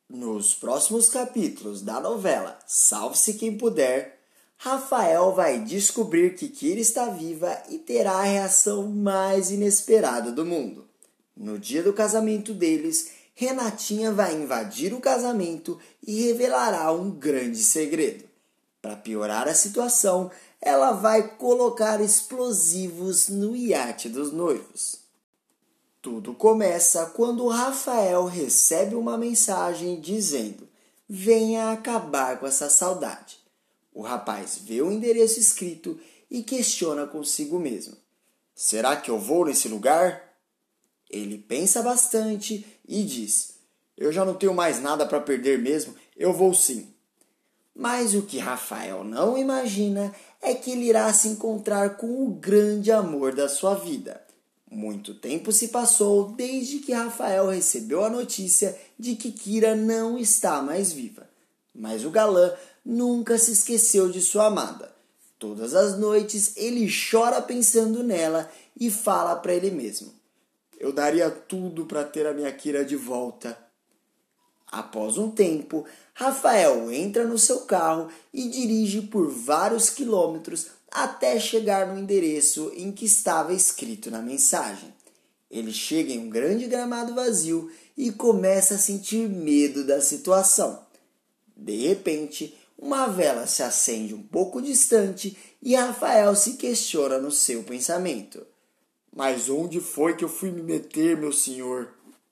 Nos próximos capítulos da novela Salve-se Quem Puder, Rafael vai descobrir que Kira está viva e terá a reação mais inesperada do mundo. No dia do casamento deles, Renatinha vai invadir o casamento e revelará um grande segredo. Para piorar a situação, ela vai colocar explosivos no iate dos noivos. Tudo começa quando Rafael recebe uma mensagem dizendo: venha acabar com essa saudade. O rapaz vê o endereço escrito e questiona consigo mesmo: será que eu vou nesse lugar? Ele pensa bastante e diz: eu já não tenho mais nada para perder mesmo, eu vou sim. Mas o que Rafael não imagina é que ele irá se encontrar com o grande amor da sua vida. Muito tempo se passou desde que Rafael recebeu a notícia de que Kira não está mais viva. Mas o galã nunca se esqueceu de sua amada. Todas as noites ele chora pensando nela e fala para ele mesmo: eu daria tudo para ter a minha Kira de volta. Após um tempo, Rafael entra no seu carro e dirige por vários quilômetros até chegar no endereço em que estava escrito na mensagem. Ele chega em um grande gramado vazio e começa a sentir medo da situação. De repente, uma vela se acende um pouco distante e Rafael se questiona no seu pensamento: mas onde foi que eu fui me meter, meu senhor?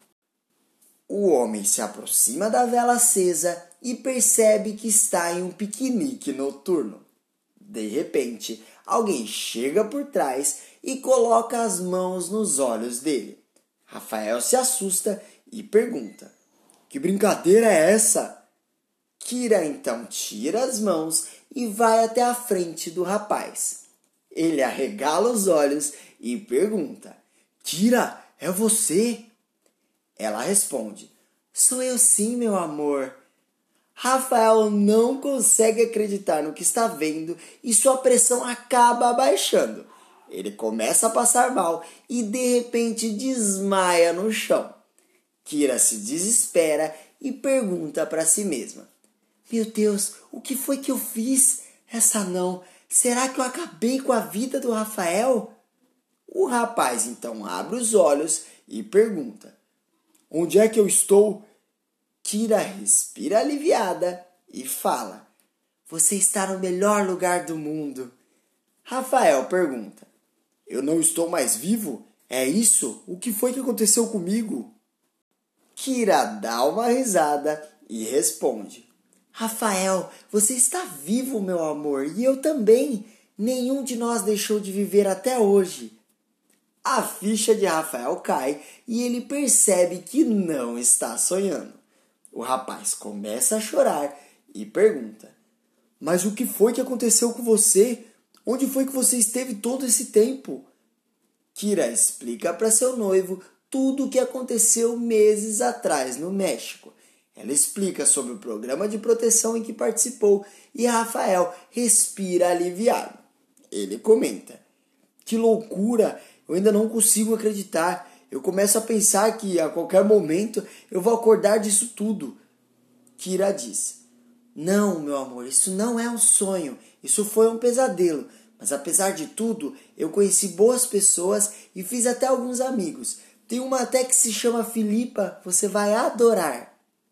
O homem se aproxima da vela acesa e percebe que está em um piquenique noturno. De repente, alguém chega por trás e coloca as mãos nos olhos dele. Rafael se assusta e pergunta: que brincadeira é essa? Kira então tira as mãos e vai até a frente do rapaz. Ele arregala os olhos e pergunta: Kira, é você? Ela responde: sou eu sim, meu amor. Rafael não consegue acreditar no que está vendo e sua pressão acaba abaixando. Ele começa a passar mal e de repente desmaia no chão. Kira se desespera e pergunta para si mesma: meu Deus, o que foi que eu fiz? Essa não. Será que eu acabei com a vida do Rafael? O rapaz então abre os olhos e pergunta: onde é que eu estou? Kira respira aliviada e fala: você está no melhor lugar do mundo. Rafael pergunta: eu não estou mais vivo? É isso? O que foi que aconteceu comigo? Kira dá uma risada e responde: Rafael, você está vivo, meu amor, e eu também. Nenhum de nós deixou de viver até hoje. A ficha de Rafael cai e ele percebe que não está sonhando. O rapaz começa a chorar e pergunta: mas o que foi que aconteceu com você? Onde foi que você esteve todo esse tempo? Kira explica para seu noivo tudo o que aconteceu meses atrás no México. Ela explica sobre o programa de proteção em que participou e Rafael respira aliviado. Ele comenta: que loucura! Eu ainda não consigo acreditar. Eu começo a pensar que a qualquer momento eu vou acordar disso tudo. Kira diz: não, meu amor, isso não é um sonho. Isso foi um pesadelo. Mas apesar de tudo, eu conheci boas pessoas e fiz até alguns amigos. Tem uma até que se chama Filipa, você vai adorar.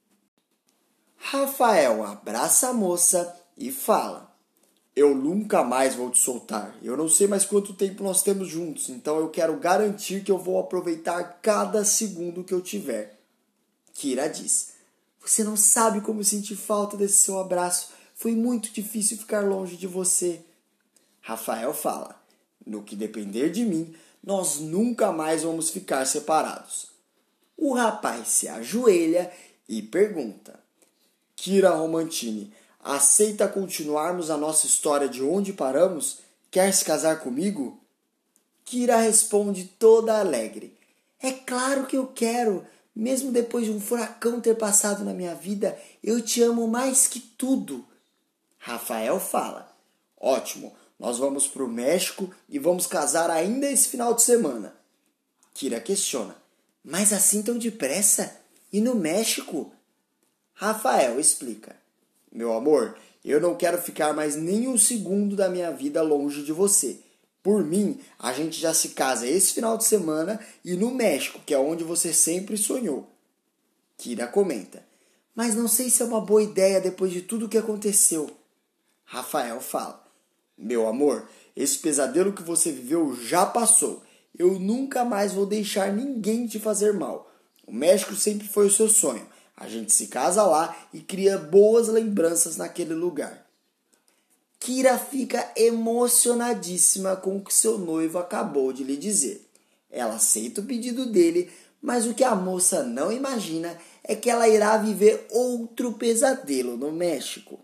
Rafael abraça a moça e fala: eu nunca mais vou te soltar. Eu não sei mais quanto tempo nós temos juntos, então eu quero garantir que eu vou aproveitar cada segundo que eu tiver. Kira diz: você não sabe como eu senti falta desse seu abraço. Foi muito difícil ficar longe de você. Rafael fala: no que depender de mim, nós nunca mais vamos ficar separados. O rapaz se ajoelha e pergunta: Kira Romantini, aceita continuarmos a nossa história de onde paramos? Quer se casar comigo? Kira responde toda alegre: é claro que eu quero. Mesmo depois de um furacão ter passado na minha vida, eu te amo mais que tudo. Rafael fala: ótimo, nós vamos para o México e vamos casar ainda esse final de semana. Kira questiona: mas assim tão depressa? E no México? Rafael explica: Meu amor, eu não quero ficar mais nem um segundo da minha vida longe de você. Por mim, a gente já se casa esse final de semana e no México, que é onde você sempre sonhou. Kira comenta: Mas não sei se é uma boa ideia depois de tudo o que aconteceu. Rafael fala: Meu amor, esse pesadelo que você viveu já passou. Eu nunca mais vou deixar ninguém te fazer mal. O México sempre foi o seu sonho. A gente se casa lá e cria boas lembranças naquele lugar. Kira fica emocionadíssima com o que seu noivo acabou de lhe dizer. Ela aceita o pedido dele, mas o que a moça não imagina é que ela irá viver outro pesadelo no México.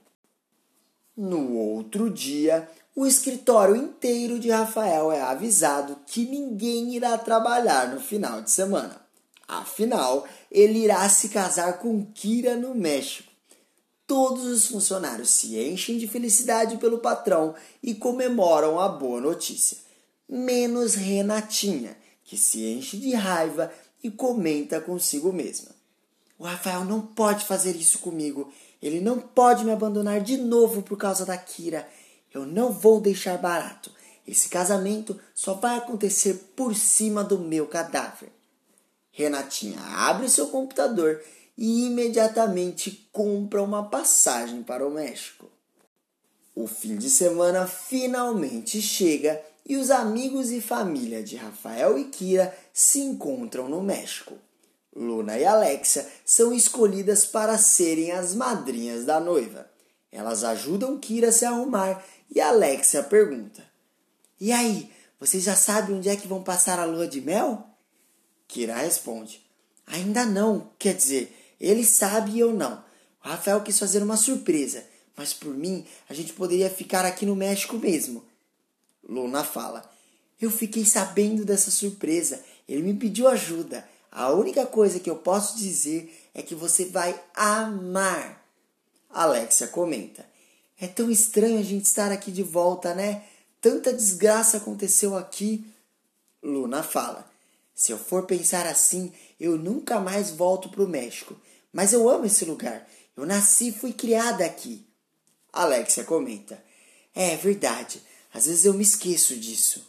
No outro dia, o escritório inteiro de Rafael é avisado que ninguém irá trabalhar no final de semana. Afinal, ele irá se casar com Kira no México. Todos os funcionários se enchem de felicidade pelo patrão e comemoram a boa notícia. Menos Renatinha, que se enche de raiva e comenta consigo mesma: O Rafael não pode fazer isso comigo. Ele não pode me abandonar de novo por causa da Kira. Eu não vou deixar barato. Esse casamento só vai acontecer por cima do meu cadáver. Renatinha abre seu computador e imediatamente compra uma passagem para o México. O fim de semana finalmente chega e os amigos e família de Rafael e Kira se encontram no México. Luna e Alexia são escolhidas para serem as madrinhas da noiva. Elas ajudam Kira a se arrumar e Alexia pergunta: E aí, vocês já sabem onde é que vão passar a lua de mel? Kira responde: Ainda não, quer dizer, ele sabe e eu não. O Rafael quis fazer uma surpresa, mas por mim a gente poderia ficar aqui no México mesmo. Luna fala: Eu fiquei sabendo dessa surpresa, ele me pediu ajuda. A única coisa que eu posso dizer é que você vai amar. Alexia comenta: É tão estranho a gente estar aqui de volta, né? Tanta desgraça aconteceu aqui. Luna fala: Se eu for pensar assim, eu nunca mais volto para o México. Mas eu amo esse lugar. Eu nasci e fui criada aqui. Alexia comenta: É verdade. Às vezes eu me esqueço disso.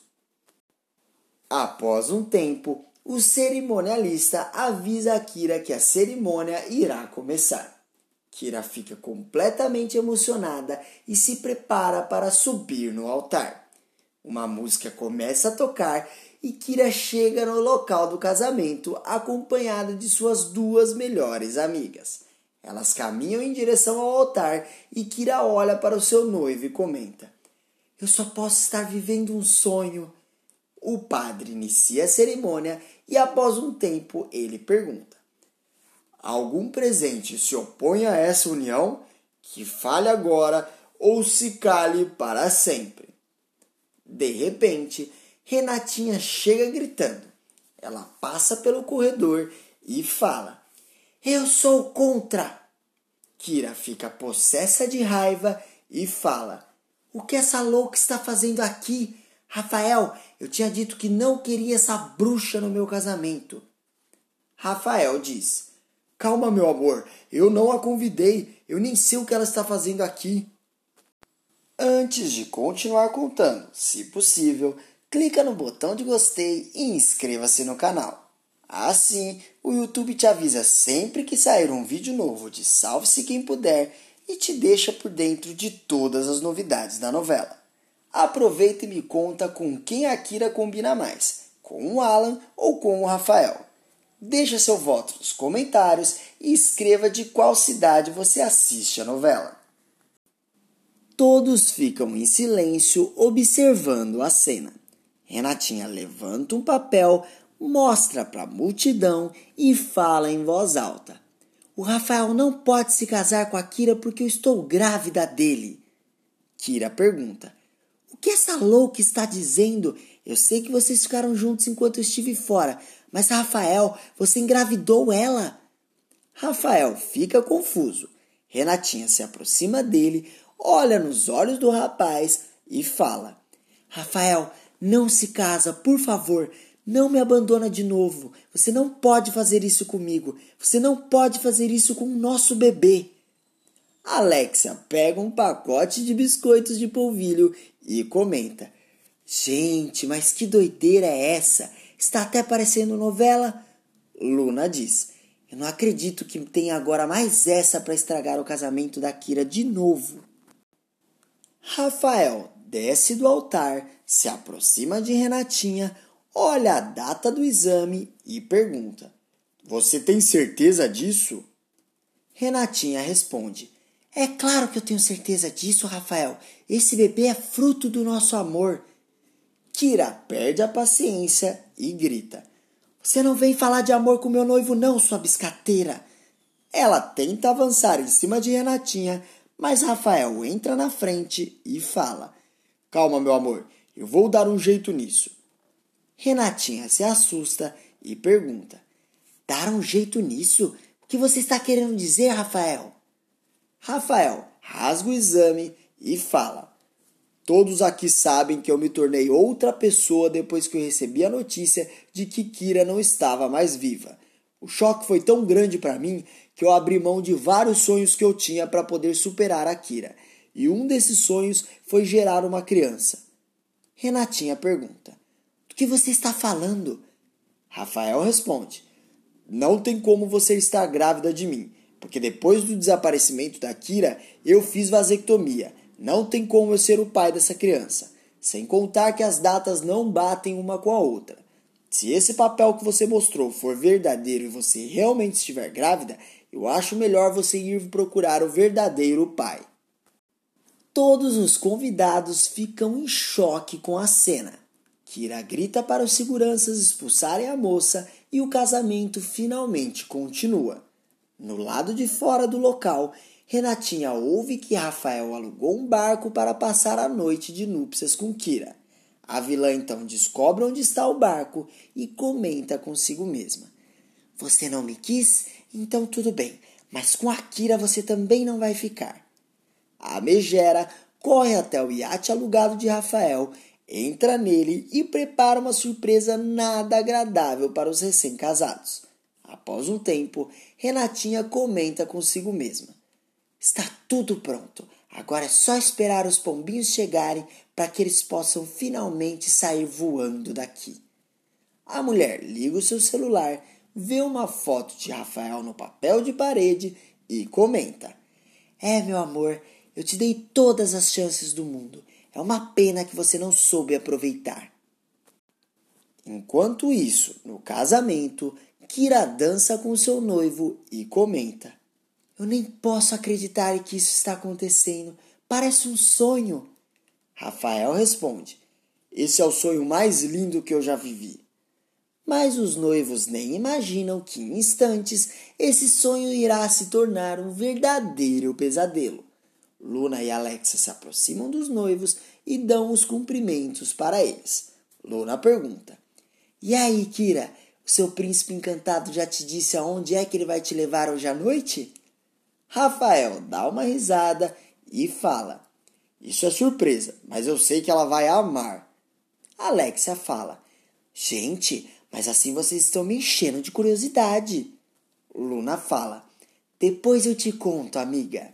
Após um tempo, o cerimonialista avisa a Kira que a cerimônia irá começar. Kira fica completamente emocionada e se prepara para subir no altar. Uma música começa a tocar e Kira chega no local do casamento acompanhada de suas duas melhores amigas. Elas caminham em direção ao altar e Kira olha para o seu noivo e comenta: Eu só posso estar vivendo um sonho. O padre inicia a cerimônia e após um tempo ele pergunta: Algum presente se opõe a essa união? Que fale agora ou se cale para sempre. De repente, Renatinha chega gritando. Ela passa pelo corredor e fala: Eu sou contra! Kira fica possessa de raiva e fala: O que essa louca está fazendo aqui? Rafael, eu tinha dito que não queria essa bruxa no meu casamento. Rafael diz: Calma, meu amor, eu não a convidei, eu nem sei o que ela está fazendo aqui. Antes de continuar contando, se possível, clica no botão de gostei e inscreva-se no canal. Assim, o YouTube te avisa sempre que sair um vídeo novo de Salve-se Quem Puder e te deixa por dentro de todas as novidades da novela. Aproveita e me conta com quem a Kira combina mais, com o Alan ou com o Rafael. Deixa seu voto nos comentários e escreva de qual cidade você assiste a novela. Todos ficam em silêncio observando a cena. Renatinha levanta um papel, mostra para a multidão e fala em voz alta: O Rafael não pode se casar com a Kira porque eu estou grávida dele. Kira pergunta: O que essa louca está dizendo? Eu sei que vocês ficaram juntos enquanto eu estive fora, mas Rafael, você engravidou ela? Rafael fica confuso. Renatinha se aproxima dele, olha nos olhos do rapaz e fala: Rafael, não se casa, por favor. Não me abandona de novo. Você não pode fazer isso comigo. Você não pode fazer isso com o nosso bebê. Alexia pega um pacote de biscoitos de polvilho e comenta. Gente, mas que doideira é essa? Está até parecendo novela. Luna diz. Eu não acredito que tenha agora mais essa para estragar o casamento da Kira de novo. Rafael desce do altar, se aproxima de Renatinha, olha a data do exame e pergunta. Você tem certeza disso? Renatinha responde. É claro que eu tenho certeza disso, Rafael. Esse bebê é fruto do nosso amor. Kira perde a paciência e grita. Você não vem falar de amor com meu noivo não, sua biscateira. Ela tenta avançar em cima de Renatinha, mas Rafael entra na frente e fala. Calma, meu amor, eu vou dar um jeito nisso. Renatinha se assusta e pergunta. Dar um jeito nisso? O que você está querendo dizer, Rafael? Rafael rasga o exame e fala. Todos aqui sabem que eu me tornei outra pessoa depois que eu recebi a notícia de que Kira não estava mais viva. O choque foi tão grande para mim que eu abri mão de vários sonhos que eu tinha para poder superar a Kira. E um desses sonhos foi gerar uma criança. Renatinha pergunta. Do que você está falando? Rafael responde. Não tem como você estar grávida de mim, porque depois do desaparecimento da Kira, eu fiz vasectomia. Não tem como eu ser o pai dessa criança. Sem contar que as datas não batem uma com a outra. Se esse papel que você mostrou for verdadeiro e você realmente estiver grávida, eu acho melhor você ir procurar o verdadeiro pai. Todos os convidados ficam em choque com a cena. Kira grita para os seguranças expulsarem a moça e o casamento finalmente continua. No lado de fora do local, Renatinha ouve que Rafael alugou um barco para passar a noite de núpcias com Kira. A vilã então descobre onde está o barco e comenta consigo mesma. Você não me quis? Então tudo bem, mas com a Kira você também não vai ficar. A megera corre até o iate alugado de Rafael, entra nele e prepara uma surpresa nada agradável para os recém-casados. Após um tempo, Renatinha comenta consigo mesma. Está tudo pronto. Agora é só esperar os pombinhos chegarem para que eles possam finalmente sair voando daqui. A mulher liga o seu celular, vê uma foto de Rafael no papel de parede e comenta. Meu amor, eu te dei todas as chances do mundo. É uma pena que você não soube aproveitar. Enquanto isso, no casamento, Kira dança com seu noivo e comenta. Eu nem posso acreditar que isso está acontecendo. Parece um sonho. Rafael responde. Esse é o sonho mais lindo que eu já vivi. Mas os noivos nem imaginam que em instantes esse sonho irá se tornar um verdadeiro pesadelo. Luna e Alexia se aproximam dos noivos e dão os cumprimentos para eles. Luna pergunta. E aí, Kira, o seu príncipe encantado já te disse aonde é que ele vai te levar hoje à noite? Rafael dá uma risada e fala. Isso é surpresa, mas eu sei que ela vai amar. Alexia fala. Gente, mas assim vocês estão me enchendo de curiosidade. Luna fala. Depois eu te conto, amiga.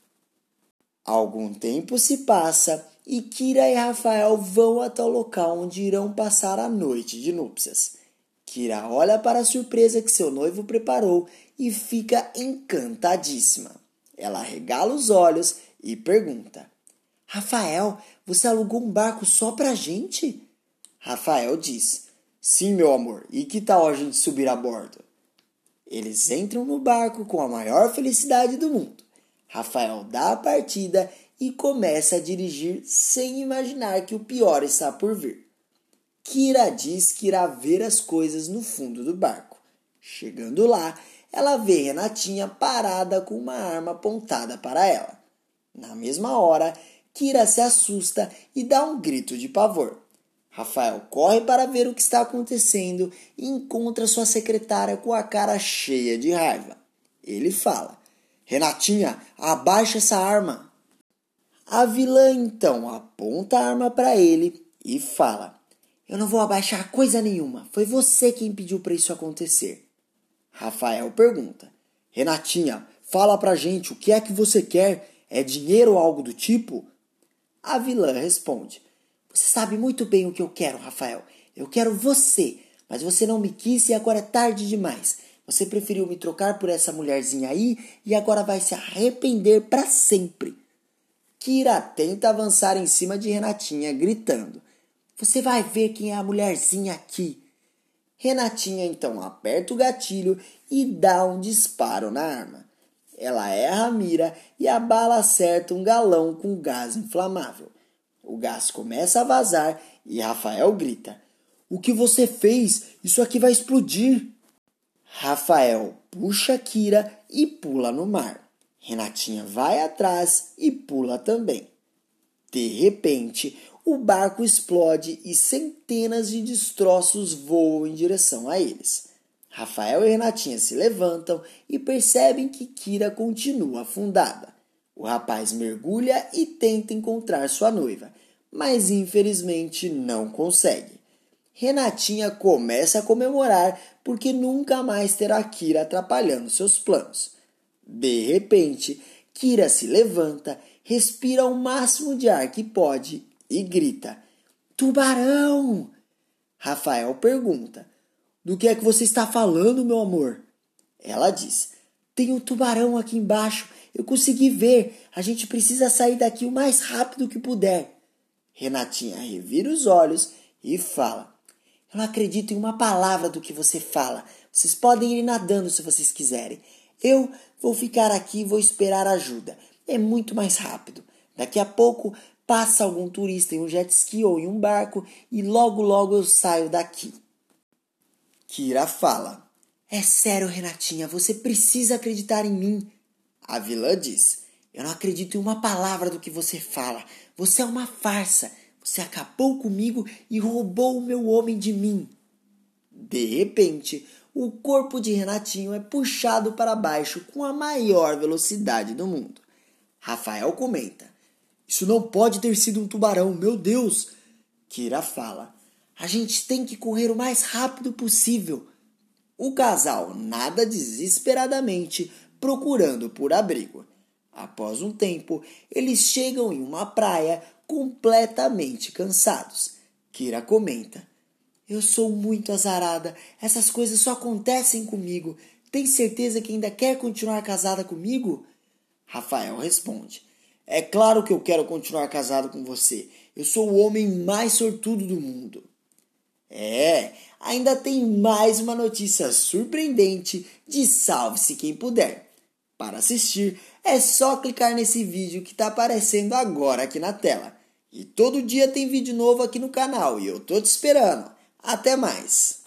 Algum tempo se passa e Kira e Rafael vão até o local onde irão passar a noite de núpcias. Kira olha para a surpresa que seu noivo preparou e fica encantadíssima. Ela regala os olhos e pergunta. Rafael, você alugou um barco só pra gente? Rafael diz. Sim, meu amor, e que tal a gente subir a bordo? Eles entram no barco com a maior felicidade do mundo. Rafael dá a partida e começa a dirigir sem imaginar que o pior está por vir. Kira diz que irá ver as coisas no fundo do barco. Chegando lá, ela vê Renatinha parada com uma arma apontada para ela. Na mesma hora, Kira se assusta e dá um grito de pavor. Rafael corre para ver o que está acontecendo e encontra sua secretária com a cara cheia de raiva. Ele fala, Renatinha, abaixa essa arma. A vilã então aponta a arma para ele e fala, Eu não vou abaixar coisa nenhuma. Foi você quem pediu para isso acontecer. Rafael pergunta. Renatinha, fala pra gente o que é que você quer? É dinheiro ou algo do tipo? A vilã responde. Você sabe muito bem o que eu quero, Rafael. Eu quero você, mas você não me quis e agora é tarde demais. Você preferiu me trocar por essa mulherzinha aí e agora vai se arrepender para sempre. Kira tenta avançar em cima de Renatinha, gritando. Você vai ver quem é a mulherzinha aqui. Renatinha então aperta o gatilho e dá um disparo na arma. Ela erra a mira e a bala acerta um galão com gás inflamável. O gás começa a vazar e Rafael grita. O que você fez? Isso aqui vai explodir. Rafael puxa Kira e pula no mar. Renatinha vai atrás e pula também. De repente, o barco explode e centenas de destroços voam em direção a eles. Rafael e Renatinha se levantam e percebem que Kira continua afundada. O rapaz mergulha e tenta encontrar sua noiva, mas infelizmente não consegue. Renatinha começa a comemorar porque nunca mais terá Kira atrapalhando seus planos. De repente, Kira se levanta, respira o máximo de ar que pode e grita: Tubarão! Rafael pergunta: Do que é que você está falando, meu amor? Ela diz: Tem um tubarão aqui embaixo, eu consegui ver, a gente precisa sair daqui o mais rápido que puder. Renatinha revira os olhos e fala: Eu não acredito em uma palavra do que você fala. Vocês podem ir nadando se vocês quiserem. Eu vou ficar aqui e vou esperar ajuda. É muito mais rápido. Daqui a pouco passa algum turista em um jet ski ou em um barco e logo logo eu saio daqui. Kira fala. É sério, Renatinha, você precisa acreditar em mim. A vilã diz. Eu não acredito em uma palavra do que você fala. Você é uma farsa. Você acabou comigo e roubou o meu homem de mim. De repente, o corpo de Renatinho é puxado para baixo com a maior velocidade do mundo. Rafael comenta. Isso não pode ter sido um tubarão, meu Deus. Kira fala. A gente tem que correr o mais rápido possível. O casal nada desesperadamente procurando por abrigo. Após um tempo, eles chegam em uma praia completamente cansados. Kira comenta. Eu sou muito azarada. Essas coisas só acontecem comigo. Tem certeza que ainda quer continuar casada comigo? Rafael responde. É claro que eu quero continuar casado com você. Eu sou o homem mais sortudo do mundo. Ainda tem mais uma notícia surpreendente de Salve-se Quem Puder. Para assistir, é só clicar nesse vídeo que está aparecendo agora aqui na tela. E todo dia tem vídeo novo aqui no canal e eu tô te esperando. Até mais!